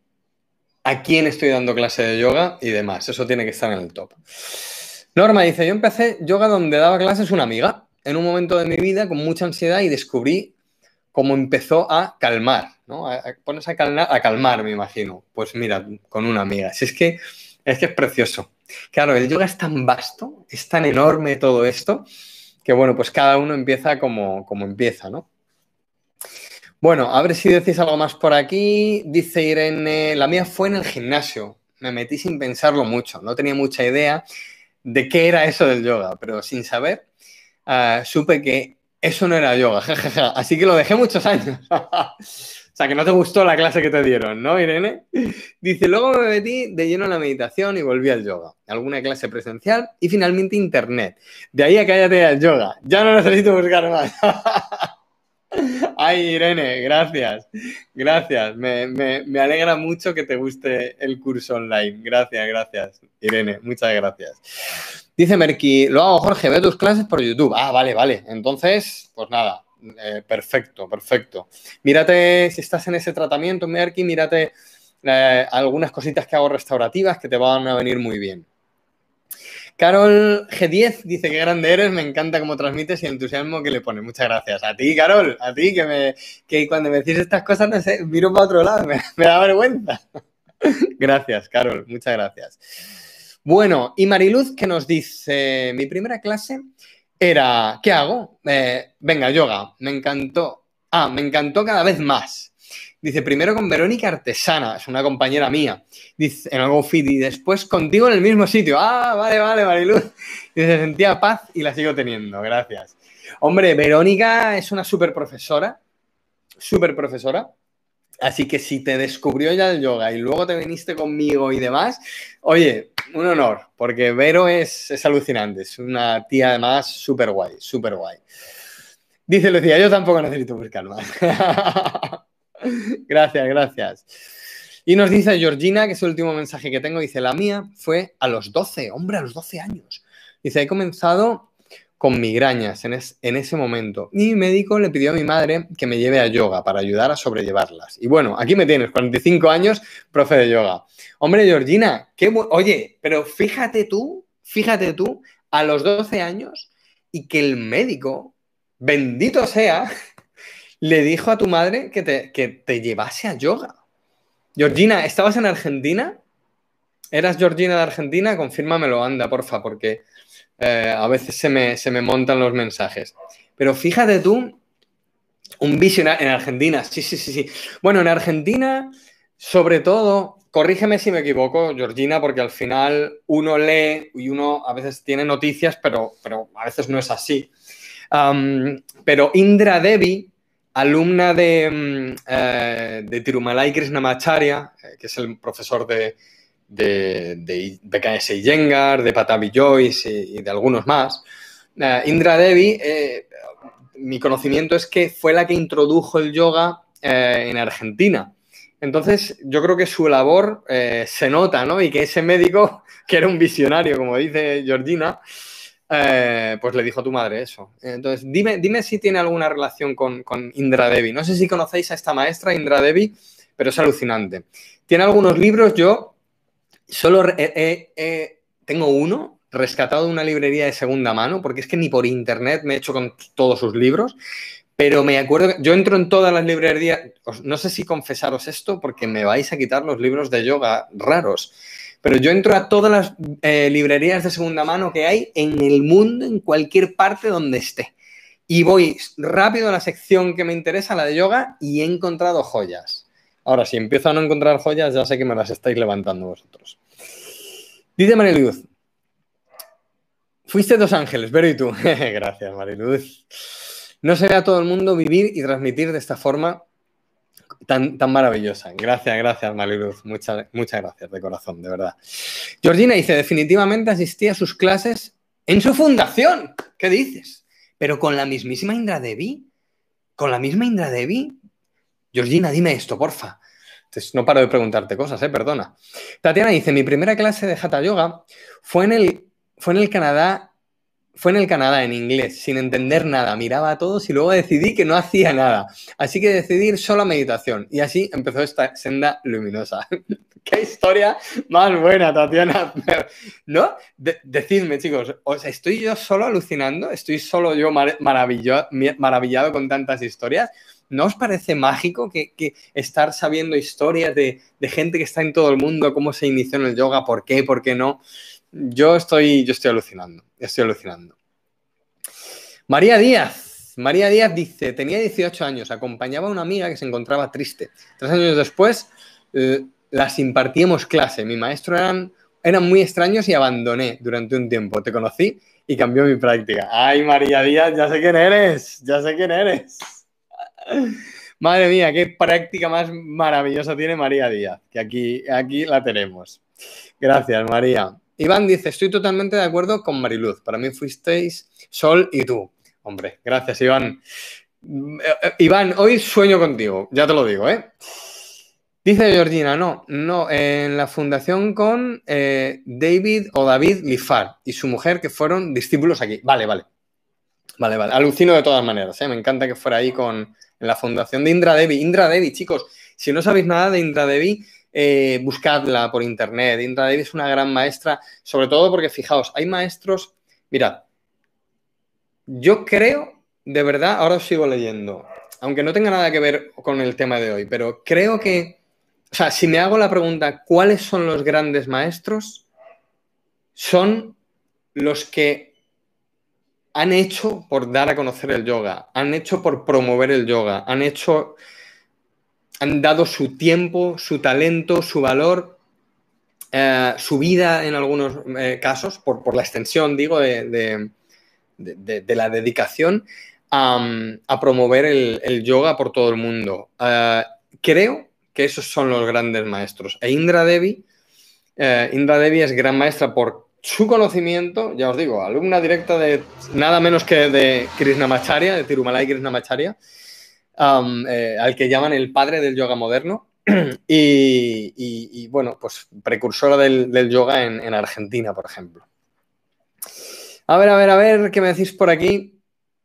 a quién estoy dando clase de yoga y demás. Eso tiene que estar en el top. Norma dice, yo empecé yoga donde daba clases una amiga en un momento de mi vida con mucha ansiedad y descubrí cómo empezó a calmar, ¿no? A, a pones a calmar, a calmar, me imagino. Pues mira, con una amiga. Si es que, es que es precioso. Claro, el yoga es tan vasto, es tan enorme todo esto, que bueno, pues cada uno empieza como, como empieza, ¿no? Bueno, a ver si decís algo más por aquí. Dice Irene, la mía fue en el gimnasio. Me metí sin pensarlo mucho, no tenía mucha idea de qué era eso del yoga, pero sin saber, uh, supe que eso no era yoga, jajaja. Así que lo dejé muchos años. O sea, que no te gustó la clase que te dieron, ¿no, Irene? Dice, luego me metí de lleno en la meditación y volví al yoga. Alguna clase presencial y finalmente internet. De ahí a cállate al yoga. Ya no necesito buscar más. Ay, Irene, gracias. Gracias. Me, me, me alegra mucho que te guste el curso online. Gracias, gracias. Irene, muchas gracias. Dice Merky, lo hago, Jorge, ve tus clases por YouTube. Ah, vale, vale. Entonces, pues nada, eh, perfecto, perfecto. Mírate, si estás en ese tratamiento, Merky, mírate eh, algunas cositas que hago restaurativas que te van a venir muy bien. Carol G diez dice, qué grande eres, me encanta cómo transmites y el entusiasmo que le pones. Muchas gracias. A ti, Carol, a ti, que, me, que cuando me decís estas cosas, no sé, miro para otro lado, me, me da vergüenza. Gracias, Carol, muchas gracias. Bueno, y Mariluz, que nos dice, mi primera clase era, ¿qué hago? Eh, venga, yoga, me encantó. Ah, me encantó cada vez más. Dice, primero con Verónica Artesana, es una compañera mía, dice, en el GoFit, y después contigo en el mismo sitio. Ah, vale, vale, Mariluz. Dice, sentía paz y la sigo teniendo, gracias. Hombre, Verónica es una súper profesora, súper profesora, así que si te descubrió ya el yoga y luego te viniste conmigo y demás, oye, un honor, porque Vero es, es alucinante, es una tía además súper guay, súper guay. Dice Lucía, yo tampoco necesito buscar más. Gracias, gracias. Y nos dice Georgina, que es el último mensaje que tengo, dice, la mía fue a los doce, hombre, a los doce años. Dice, he comenzado con migrañas en, es, en ese momento y mi médico le pidió a mi madre que me lleve a yoga para ayudar a sobrellevarlas. Y bueno, aquí me tienes, cuarenta y cinco años, profe de yoga. Hombre, Georgina, qué bu- oye, pero fíjate tú, fíjate tú, a los doce años y que el médico, bendito sea, le dijo a tu madre que te, que te llevase a yoga. Georgina, ¿estabas en Argentina? ¿Eras Georgina de Argentina? Confírmamelo, anda, porfa, porque eh, a veces se me, se me montan los mensajes. Pero fíjate tú, un visionario en Argentina, sí, sí, sí, sí. Bueno, en Argentina, sobre todo, corrígeme si me equivoco, Georgina, porque al final uno lee y uno a veces tiene noticias, pero, pero a veces no es así. Um, pero Indra Devi, alumna de, eh, de Tirumalai Krishnamacharya, eh, que es el profesor de, de, de B K S Iyengar, de Patabi Joyce y, y de algunos más, eh, Indra Devi, eh, mi conocimiento es que fue la que introdujo el yoga eh, en Argentina. Entonces, yo creo que su labor eh, se nota, ¿no? Y que ese médico, que era un visionario, como dice Georgina, eh, pues le dijo a tu madre eso. Entonces, dime, dime si tiene alguna relación con, con Indra Devi. No sé si conocéis a esta maestra, Indra Devi, pero es alucinante. Tiene algunos libros, yo solo eh, eh, eh, tengo uno rescatado de una librería de segunda mano, porque es que ni por internet me he hecho con todos sus libros, pero me acuerdo que yo entro en todas las librerías, no sé si confesaros esto, porque me vais a quitar los libros de yoga raros, pero yo entro a todas las eh, librerías de segunda mano que hay en el mundo, en cualquier parte donde esté. Y voy rápido a la sección que me interesa, la de yoga, y he encontrado joyas. Ahora, si empiezo a no encontrar joyas, ya sé que me las estáis levantando vosotros. Dice Mariluz, fuiste Dos Ángeles, Vero y tú. Gracias, Mariluz. No se ve a todo el mundo vivir y transmitir de esta forma tan, tan maravillosa. Gracias, gracias, Mariluz. Muchas, muchas gracias, de corazón, de verdad. Georgina dice, definitivamente asistí a sus clases en su fundación. ¿Qué dices? Pero con la mismísima Indra Devi. ¿Con la misma Indra Devi? Georgina, dime esto, porfa. Entonces, no paro de preguntarte cosas, ¿eh? Perdona. Tatiana dice, mi primera clase de Hatha Yoga fue en el, fue en el Canadá, fue en el Canadá, en inglés, sin entender nada. Miraba a todos y luego decidí que no hacía nada. Así que decidí ir solo a meditación. Y así empezó esta senda luminosa. ¡Qué historia más buena, Tatiana! ¿No? De decidme, chicos, o sea, ¿estoy yo solo alucinando? ¿Estoy solo yo mar maravillo maravillado con tantas historias? ¿No os parece mágico que, que estar sabiendo historias de, de gente que está en todo el mundo, cómo se inició en el yoga, por qué, por qué no? Yo estoy, yo estoy alucinando, estoy alucinando. María Díaz. María Díaz dice, tenía dieciocho años, acompañaba a una amiga que se encontraba triste. Tres años después eh, las impartíamos clase. Mi maestro eran, eran muy extraños y abandoné durante un tiempo. Te conocí y cambió mi práctica. Ay, María Díaz, ya sé quién eres, ya sé quién eres. Madre mía, qué práctica más maravillosa tiene María Díaz, que aquí, aquí la tenemos. Gracias, María. Iván dice, estoy totalmente de acuerdo con Mariluz. Para mí fuisteis Sol y tú. Hombre, gracias, Iván. Iván, hoy sueño contigo, ya te lo digo, ¿eh? Dice Georgina, no, no, en la fundación con eh, David o David Lifar y su mujer que fueron discípulos aquí. Vale, vale. Vale, vale. Alucino de todas maneras, ¿eh? Me encanta que fuera ahí con en la fundación de Indra Devi. Indra Devi, chicos, si no sabéis nada de Indra Devi, eh, buscadla por internet. Indra Devi es una gran maestra, sobre todo porque, fijaos, hay maestros... Mirad, yo creo, de verdad, ahora os sigo leyendo, aunque no tenga nada que ver con el tema de hoy, pero creo que, o sea, si me hago la pregunta, ¿cuáles son los grandes maestros? Son los que han hecho por dar a conocer el yoga, han hecho por promover el yoga, han hecho, han dado su tiempo, su talento, su valor, eh, su vida en algunos eh, casos, por, por la extensión, digo, de, de, de, de la dedicación a, a promover el, el yoga por todo el mundo. Uh, creo que esos son los grandes maestros. E Indra Devi, eh, Indra Devi es gran maestra por su conocimiento, ya os digo, alumna directa de nada menos que de Krishnamacharya, de Tirumalai Krishnamacharya, um, eh, al que llaman el padre del yoga moderno y, y, y bueno, pues precursora del, del yoga en, en Argentina, por ejemplo. A ver, a ver, a ver, ¿qué me decís por aquí?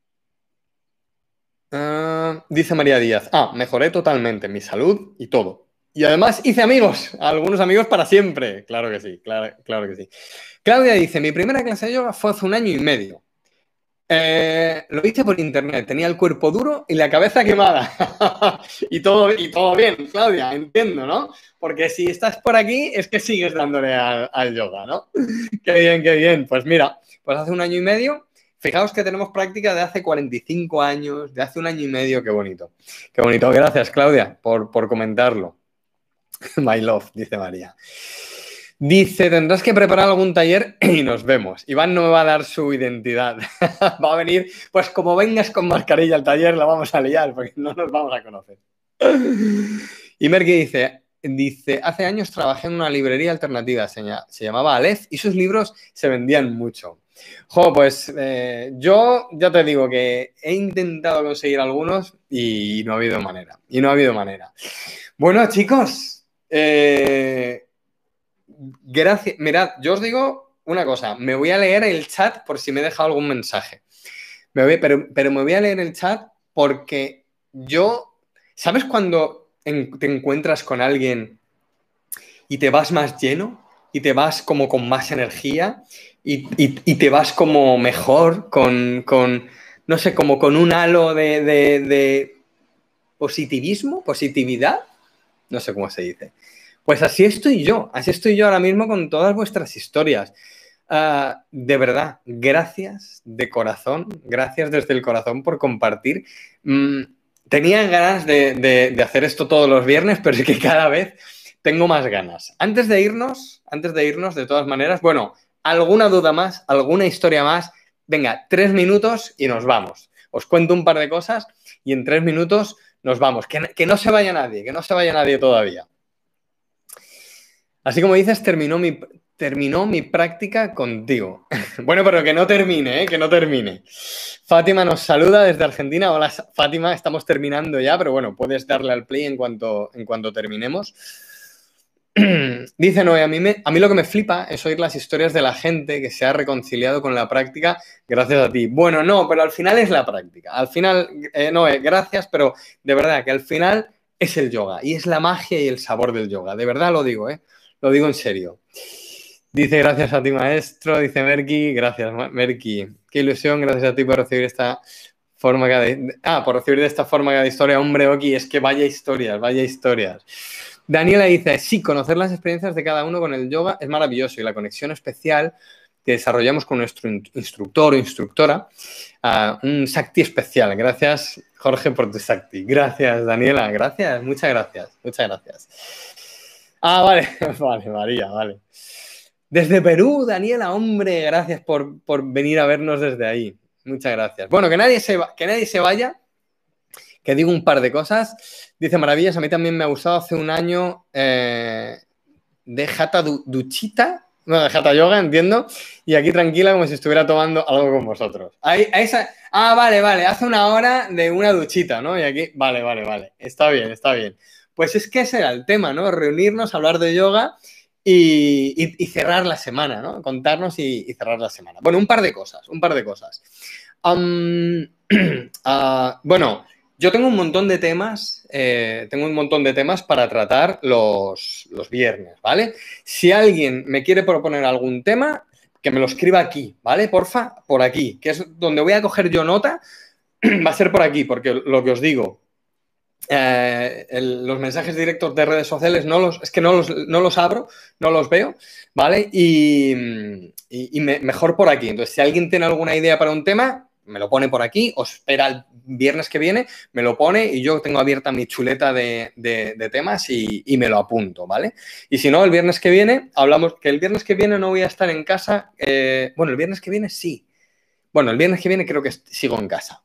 Uh, dice María Díaz, ah, mejoré totalmente mi salud y todo. Y además hice amigos, algunos amigos para siempre. Claro que sí, claro, claro que sí. Claudia dice, mi primera clase de yoga fue hace un año y medio. Eh, lo hice por internet, tenía el cuerpo duro y la cabeza quemada. y, todo, y todo bien, Claudia, entiendo, ¿no? Porque si estás por aquí es que sigues dándole al, al yoga, ¿no? Qué bien, qué bien. Pues mira, pues hace un año y medio, fijaos que tenemos práctica de hace cuarenta y cinco años, de hace un año y medio, qué bonito. Qué bonito, gracias, Claudia, por, por comentarlo. My love, dice María. Dice, tendrás que preparar algún taller y nos vemos. Iván no me va a dar su identidad. Va a venir, pues como vengas con mascarilla al taller, la vamos a liar, porque no nos vamos a conocer. Y Merky dice, dice, hace años trabajé en una librería alternativa, se, se llamaba Aleph, y sus libros se vendían mucho. Jo, pues eh, yo ya te digo que he intentado conseguir algunos y no ha habido manera. Y no ha habido manera. Bueno, chicos, eh, gracias. Mirad, yo os digo una cosa, me voy a leer el chat por si me he dejado algún mensaje. Me voy, pero, pero me voy a leer el chat porque yo, ¿sabes cuando en, te encuentras con alguien y te vas más lleno? Y te vas como con más energía y, y, y te vas como mejor, con, con, no sé, como con un halo de, de, de positivismo, positividad, no sé cómo se dice. Pues así estoy yo, así estoy yo ahora mismo con todas vuestras historias. Uh, de verdad, gracias de corazón, gracias desde el corazón por compartir. Mm, tenía ganas de, de, de hacer esto todos los viernes, pero es que cada vez tengo más ganas. Antes de irnos, antes de irnos, de todas maneras, bueno, alguna duda más, alguna historia más, venga, tres minutos y nos vamos. Os cuento un par de cosas y en tres minutos nos vamos. Que, que no se vaya nadie, que no se vaya nadie todavía. Así como dices, terminó mi, terminó mi práctica contigo. Bueno, pero que no termine, ¿eh? Que no termine. Fátima nos saluda desde Argentina. Hola, Fátima, estamos terminando ya, pero bueno, puedes darle al play en cuanto, en cuanto terminemos. Dice Noé, a mí, me, a mí lo que me flipa es oír las historias de la gente que se ha reconciliado con la práctica gracias a ti. Bueno, no, pero al final es la práctica. Al final, eh, Noé, gracias, pero de verdad que al final es el yoga y es la magia y el sabor del yoga. De verdad lo digo, ¿eh? Lo digo en serio. Dice, gracias a ti, maestro. Dice Merky, gracias, Merky. Qué ilusión, gracias a ti por recibir esta forma de... Ah, por recibir de esta forma cada historia. Hombre, Oki, es que vaya historias, vaya historias. Daniela dice, sí, conocer las experiencias de cada uno con el yoga es maravilloso y la conexión especial que desarrollamos con nuestro instructor o instructora, uh, un Sakti especial. Gracias, Jorge, por tu Sakti. Gracias, Daniela. Gracias, muchas gracias, muchas gracias. Ah, vale, vale, María, vale. Desde Perú, Daniela, hombre, gracias por, por venir a vernos desde ahí. Muchas gracias. Bueno, que nadie se, va, que nadie se vaya, que digo un par de cosas. Dice Maravillas, a mí también me ha gustado hace un año eh, de Hatha Duchita, no, de Hatha Yoga, entiendo, y aquí tranquila como si estuviera tomando algo con vosotros. Ahí, a esa, ah, vale, vale, hace una hora de una duchita, ¿no? Y aquí, vale, vale, vale, está bien, está bien. Pues es que ese era el tema, ¿no? Reunirnos, hablar de yoga y, y, y cerrar la semana, ¿no? Contarnos y, y cerrar la semana. Bueno, un par de cosas, un par de cosas. Um, uh, bueno, yo tengo un montón de temas, eh, tengo un montón de temas para tratar los, los viernes, ¿vale? Si alguien me quiere proponer algún tema, que me lo escriba aquí, ¿vale? Porfa, por aquí, que es donde voy a coger yo nota, va a ser por aquí, porque lo que os digo, Eh, el, los mensajes directos de redes sociales no los, es que no los, no los abro, no los veo, ¿vale? Y, y, y me, mejor por aquí. Entonces, si alguien tiene alguna idea para un tema, me lo pone por aquí, o espera el viernes que viene, me lo pone y yo tengo abierta mi chuleta de, de, de temas y, y me lo apunto, ¿vale? Y si no, el viernes que viene, hablamos que el viernes que viene no voy a estar en casa. Eh, bueno, el viernes que viene sí. Bueno, el viernes que viene creo que sigo en casa.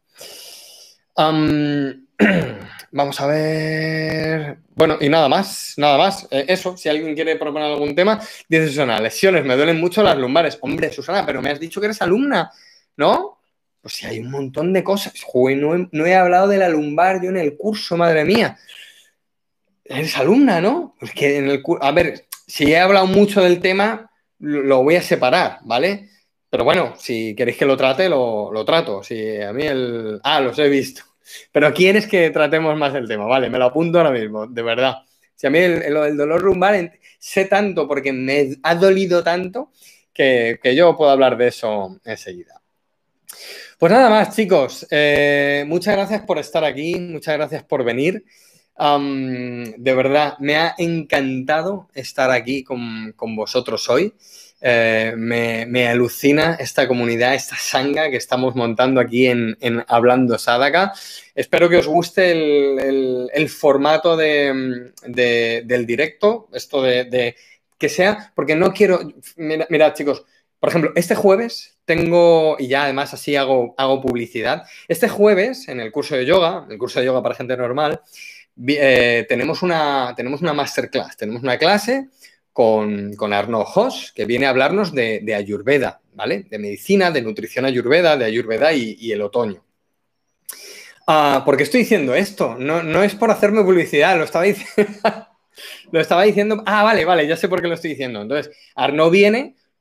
Um, vamos a ver. Bueno, y nada más, nada más. Eh, eso, si alguien quiere proponer algún tema, dice Susana, lesiones, me duelen mucho las lumbares. Hombre, Susana, pero me has dicho que eres alumna, ¿no? Pues sí, hay un montón de cosas. Joder, no he, no he hablado de la lumbar yo en el curso, madre mía. Eres alumna, ¿no? Pues que en el curso. A ver, si he hablado mucho del tema, lo, lo voy a separar, ¿vale? Pero bueno, si queréis que lo trate, lo, lo trato. Si a mí el... Ah, los he visto. Pero ¿quieres que tratemos más el tema? Vale, me lo apunto ahora mismo, de verdad. Si a mí el, el, el dolor lumbar sé tanto porque me ha dolido tanto que, que yo puedo hablar de eso enseguida. Pues nada más, chicos. Eh, muchas gracias por estar aquí. Muchas gracias por venir. Um, de verdad, me ha encantado estar aquí con, con vosotros hoy. Eh, me, me alucina esta comunidad, esta sangha que estamos montando aquí en, en Hablando Sadhaka. Espero que os guste el, el, el formato de, de, del directo, esto de, de que sea, porque no quiero... Mirad, mirad, chicos, por ejemplo, este jueves tengo, y ya además así hago, hago publicidad, este jueves en el curso de yoga, el curso de yoga para gente normal, eh, tenemos, una, tenemos una masterclass, tenemos una clase con, con Arnaud Hoss, que viene a hablarnos de, de Ayurveda, ¿vale? De medicina, de nutrición Ayurveda, de Ayurveda y, y el otoño. Uh, ¿Por qué estoy diciendo esto? No, no es por hacerme publicidad, lo estaba diciendo... lo estaba diciendo... Ah, vale, vale, ya sé por qué lo estoy diciendo. Entonces, Arnaud viene,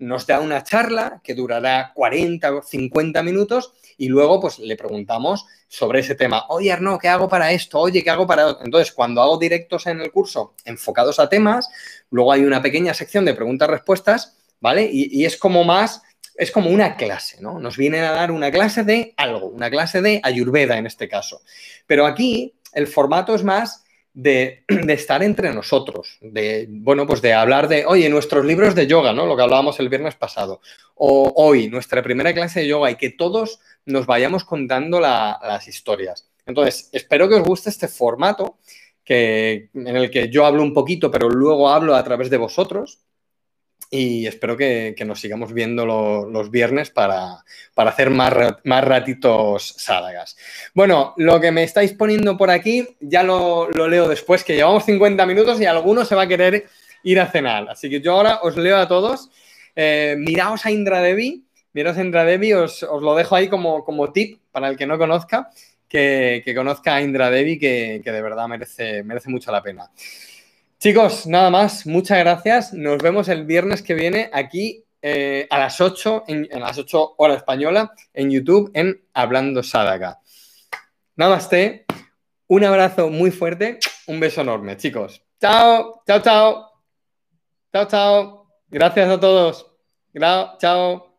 nos da una charla que durará cuarenta o cincuenta minutos y luego pues le preguntamos sobre ese tema. Oye, Arnaud, ¿qué hago para esto? Oye, ¿qué hago para esto? Entonces, cuando hago directos en el curso enfocados a temas, luego hay una pequeña sección de preguntas-respuestas, ¿vale? Y, y es como más, es como una clase, ¿no? Nos vienen a dar una clase de algo, una clase de Ayurveda en este caso. Pero aquí el formato es más de, de estar entre nosotros, de, bueno, pues de hablar de, oye, nuestros libros de yoga, ¿no? Lo que hablábamos el viernes pasado. O hoy, nuestra primera clase de yoga y que todos nos vayamos contando la, las historias. Entonces, espero que os guste este formato que, en el que yo hablo un poquito, pero luego hablo a través de vosotros. Y espero que, que nos sigamos viendo lo, los viernes para, para hacer más, más ratitos sádagas. Bueno, lo que me estáis poniendo por aquí ya lo, lo leo después, que llevamos cincuenta minutos y alguno se va a querer ir a cenar. Así que yo ahora os leo a todos. Eh, miraos a Indra Devi, miraos a Indra Devi, os, os lo dejo ahí como, como tip para el que no conozca, que, que conozca a Indra Devi, que, que de verdad merece, merece mucho la pena. Chicos, nada más, muchas gracias. Nos vemos el viernes que viene aquí eh, a las ocho, en, en las ocho hora española, en YouTube, en Hablando Sadaka. Namaste, un abrazo muy fuerte, un beso enorme, chicos. Chao, chao, chao. Chao, chao. Gracias a todos. Gra chao.